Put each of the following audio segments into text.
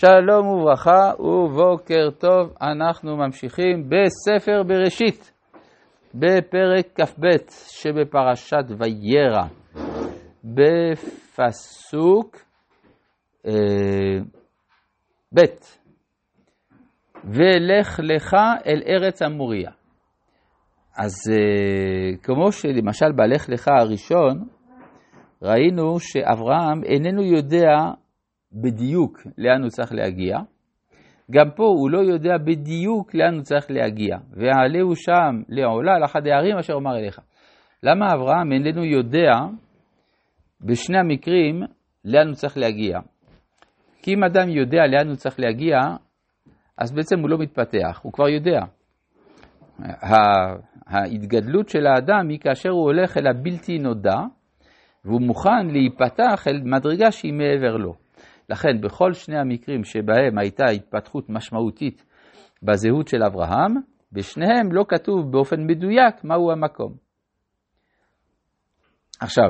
שלום וברכה ובוקר טוב, אנחנו ממשיכים בספר בראשית, בפרק כ"ב שבפרשת וירא, בפסוק ב' ולך לך אל ארץ המוריה. אז כמו שלמשל בלך לך הראשון, ראינו שאברהם איננו יודע בדיוק לאן הוא צריך להגיע. גם פה הוא לא יודע בדיוק לאן הוא צריך להגיע. ועלהו שם לעולה על אחד הערים אשר אומר אליך. למה אברהם איננו יודע בשני המקרים לאן הוא צריך להגיע? כי אם אדם יודע לאן הוא צריך להגיע, אז בעצם הוא לא מתפתח, הוא כבר יודע. ההתגדלות של האדם היא כאשר הוא הולך אל הבלתי נודע, והוא מוכן להיפתח אל מדרגה שהיא מעבר לו. לכן בכל שני המקרים שבהם הייתה התפתחות משמעותית בזהות של אברהם, בשניהם לא כתוב באופן מדויק מהו המקום. עכשיו,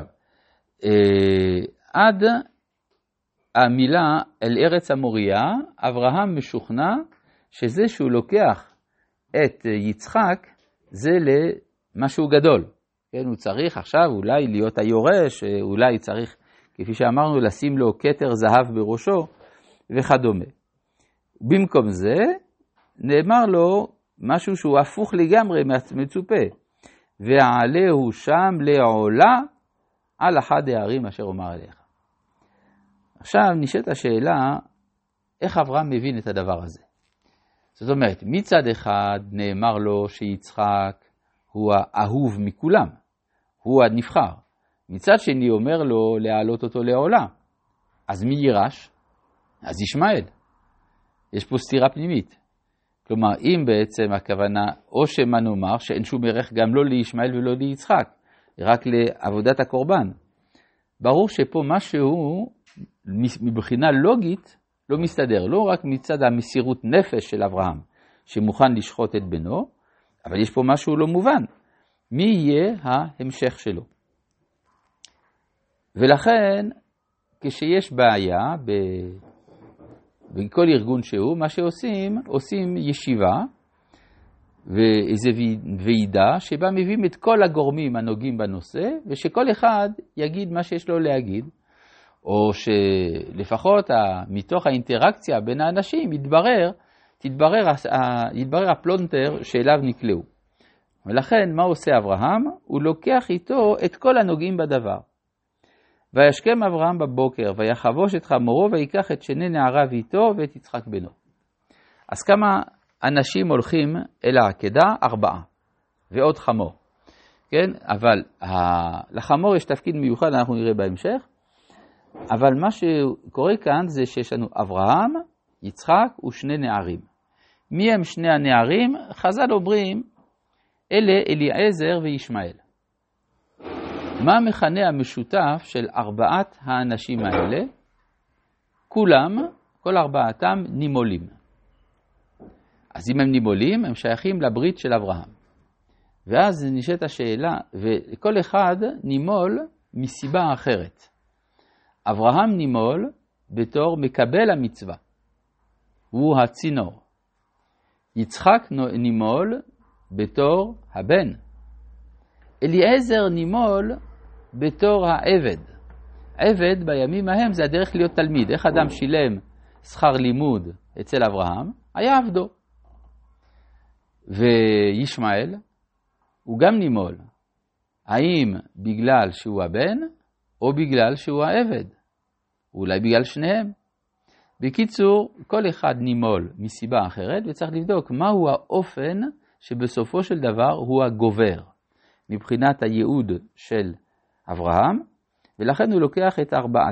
עד המילה אל ארץ המוריה, אברהם משוכנע שזה שהוא לוקח את יצחק זה למשהו גדול. כן, הוא צריך עכשיו אולי להיות היורש, אולי צריך, כפי שאמרנו, לשים לו כתר זהב בראשו וכדומה. במקום זה, נאמר לו משהו שהוא הפוך לגמרי מצופה. ועלהו שם לעולה על אחד הערים אשר אומר אליך. עכשיו נשאלת השאלה, איך אברהם מבין את הדבר הזה? זאת אומרת, מצד אחד נאמר לו שיצחק הוא האהוב מכולם, הוא הנבחר. מצד שני אומר לו להעלות אותו לעולה. אז מי יירש? אז ישמעאל. יש פה סתירה פנימית. כלומר, אם בעצם הכוונה, או שמה נאמר, שאין שום ערך גם לא לישמעאל ולא ליצחק, רק לעבודת הקורבן. ברור שפה משהו מבחינה לוגית לא מסתדר, לא רק מצד המסירות נפש של אברהם, שמוכן לשחוט את בנו, אבל יש פה משהו לא מובן. מי יהיה ההמשך שלו? ולכן, כשיש בעיה בכל ארגון שהוא, מה שעושים, עושים ישיבה ואיזו ועידה שבה מביאים את כל הגורמים הנוגעים בנושא, ושכל אחד יגיד מה שיש לו להגיד, או שלפחות מתוך האינטראקציה בין האנשים יתברר הפלונטר שאליו נקלעו. ולכן מה עושה אברהם? הוא לוקח איתו את כל הנוגעים בדבר. וישכם אברהם בבוקר, ויחבוש את חמורו, ויקח את שני נעריו איתו ואת יצחק בנו. אז כמה אנשים הולכים אל העקדה? 4. ועוד חמור. כן? אבל לחמור יש תפקיד מיוחד, אנחנו נראה בהמשך. אבל מה שקורה כאן זה שיש לנו אברהם, יצחק ושני נערים. מי הם שני הנערים? חז"ל אומרים, אלה אליעזר וישמעאל. מה המכנה המשותף של 4 האנשים האלה? כולם, כל 4 נימולים. אז אם הם נימולים, הם שייכים לברית של אברהם. ואז נשאלת השאלה, וכל אחד נימול מסיבה אחרת. אברהם נימול בתור מקבל המצווה. הוא הצינור. יצחק נימול בתור הבן. אליעזר נימול בתור העבד. עבד בימים ההם זה הדרך להיות תלמיד. איך אדם שילם שכר לימוד אצל אברהם? היה עבדו. וישמעאל הוא גם נימול. האם בגלל שהוא הבן או בגלל שהוא העבד? אולי בגלל שניהם. בקיצור, כל אחד נימול מסיבה אחרת, וצריך לבדוק מהו האופן שבסופו של דבר הוא הגובר. מבחינת הייעוד של אברהם, ולכן הוא לוקח את 4.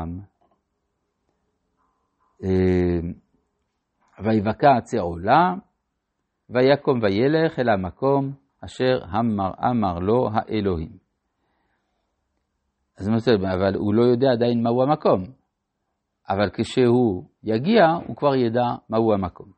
ויבקע עצי עולה, ויקום וילך אל המקום אשר אמר לו האלוהים. אז אבל הוא לא יודע עדיין מהו המקום. אבל כשהוא יגיע, הוא כבר ידע מהו המקום.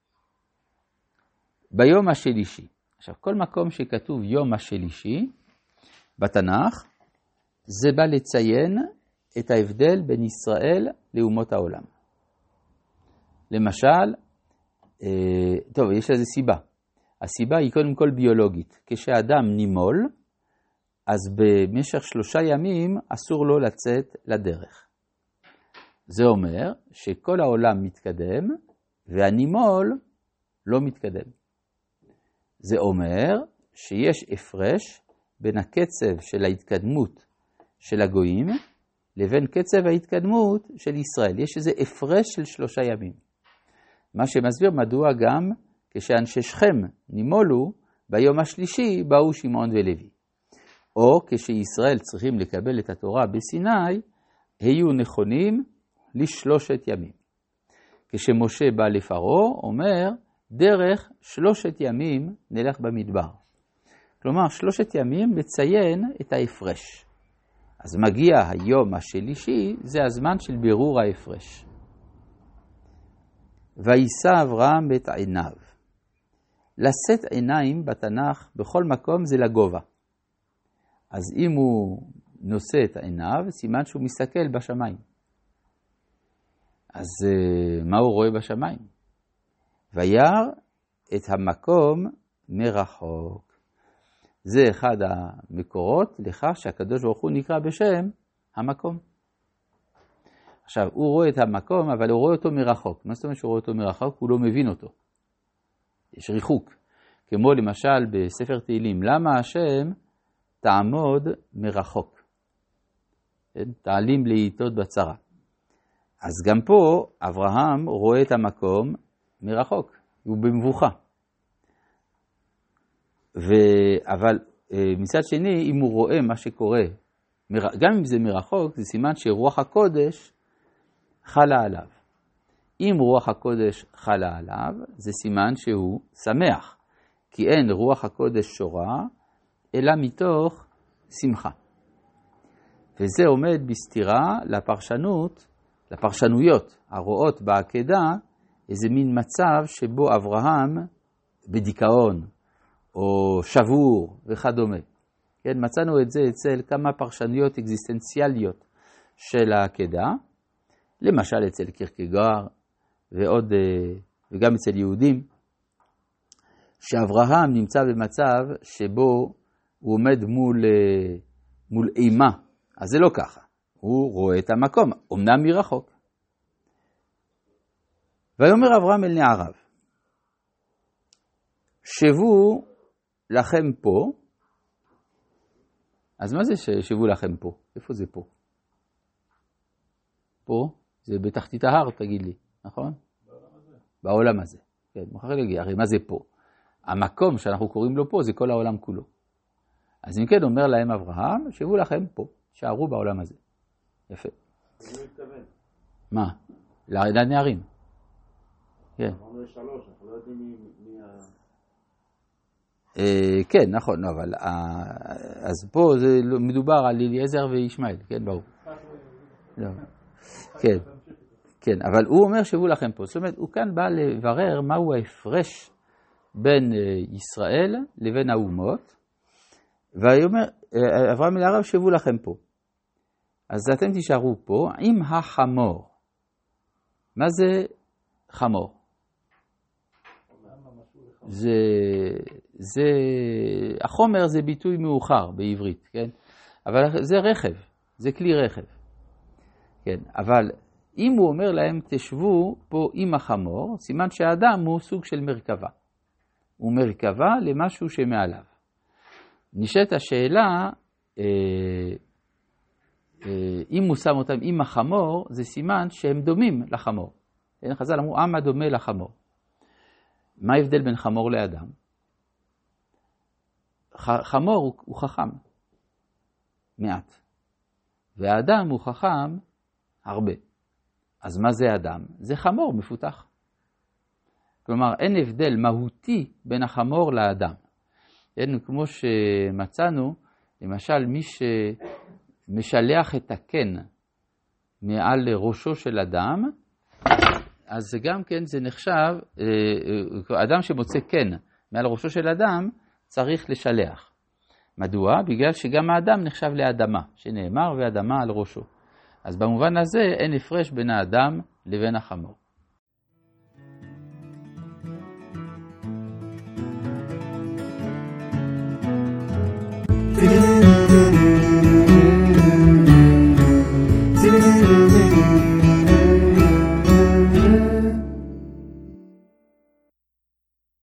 ביום השלישי. עכשיו, כל מקום שכתוב יום השלישי בתנ"ך, זה בא לציין את ההבדל בין ישראל לאומות העולם. למשל, טוב, יש לזה סיבה. הסיבה היא קודם כל ביולוגית. כשאדם נימול, אז במשך 3 ימים אסור לו לצאת לדרך. זה אומר שכל העולם מתקדם, והנימול לא מתקדם. זה אומר שיש הפרש בין הקצב של ההתקדמות של הגויים, לבין קצב ההתקדמות של ישראל. יש איזה הפרש של 3 ימים. מה שמסביר מדוע גם כשאנשי שכם נימולו, ביום השלישי באו שמעון ולוי. או כשישראל צריכים לקבל את התורה בסיני, היו נכונים ל3 ימים. כשמשה בא לפרעה, אומר, דרך 3 ימים נלך במדבר. כלומר, 3 ימים מציין את ההפרש. אז מגיע היום השלישי, זה הזמן של בירור ההפרש. וישא אברהם את עיניו. לשאת עיניים בתנ"ך בכל מקום זה לגובה. אז אם הוא נושא את עיניו, סימן שהוא מסתכל בשמיים. אז מה הוא רואה בשמיים? וירא את המקום מרחוק. זה אחד המקורות לכך שהקדוש ברוך הוא נקרא בשם המקום. עכשיו, הוא רואה את המקום, אבל הוא רואה אותו מרחוק. מה זאת אומרת שהוא רואה אותו מרחוק? הוא לא מבין אותו. יש ריחוק. כמו למשל בספר תהילים, למה השם תעמוד מרחוק? תעלים לעיתות בצרה. אז גם פה אברהם רואה את המקום מרחוק, הוא במבוכה. אבל מצד שני, אם הוא רואה מה שקורה, גם אם זה מרחוק, זה סימן שרוח הקודש חלה עליו. אם רוח הקודש חלה עליו, זה סימן שהוא שמח, כי אין רוח הקודש שורה, אלא מתוך שמחה. וזה עומד בסתירה לפרשנויות הרואות בעקדה, איזה מין מצב שבו אברהם בדיכאון, או שבור וכדומה. כן, מצאנו את זה אצל כמה פרשנויות אקזיסטנציאליות של העקדה, למשל אצל קירקגאר וגם אצל יהודים, שאברהם נמצא במצב שבו הוא עומד מול אימה. אז זה לא ככה. הוא רואה את המקום, אמנם מרחוק. ויאמר אברהם אל נעריו, שבו לכם פה. אז מה זה שבו לכם פה? איפה זה פה? פה? זה בתחתית ההר, תגיד לי, נכון? בעולם הזה. בעולם הזה. כן, מוכרח להגיד, הרי מה זה פה? המקום שאנחנו קוראים לו פה זה כל העולם כולו. אז אם כן אומר להם אברהם, שבו לכם פה, שערו בעולם הזה. יפה. אני מתכוון. מה? לנערים. כן. אמרנו 3, אנחנו לא יודעים מי כן, נכון, אבל אז פה זה מדובר על אליעזר וישמעאל, כן, ברור. כן, כן, אבל הוא אומר שבו לכם פה. זאת אומרת, הוא כאן בא לברר מהו ההפרש בין ישראל לבין האומות, ואומר, אברהם אל נעריו, שבו לכם פה. אז אתם תישארו פה עם החמור. מה זה חמור? החומר זה ביטוי מאוחר בעברית, כן? אבל זה רכב, זה כלי רכב. כן, אבל אם הוא אומר להם תשבו פה עם החמור, סימן שהאדם הוא סוג של מרכבה. הוא מרכבה למשהו שמעליו. נשאלת השאלה, אם הוא שם אותם עם החמור, זה סימן שהם דומים לחמור. חז"ל אמרו, עם הדומה לחמור. מה ההבדל בין חמור לאדם? חמור הוא חכם, מעט. והאדם הוא חכם הרבה. אז מה זה אדם? זה חמור מפותח. כלומר, אין הבדל מהותי בין החמור לאדם. אין, כמו שמצאנו, למשל, מי שמשלח את הקן מעל ראשו של אדם, אז זה גם כן, זה נחשב, אדם שמוצא קן מעל ראשו של אדם, צריך לשלח. מדוע? בגלל שגם האדם נחשב לאדמה, שנאמר ואדמה על ראשו. אז במובן הזה אין הפרש בין האדם לבין החמור.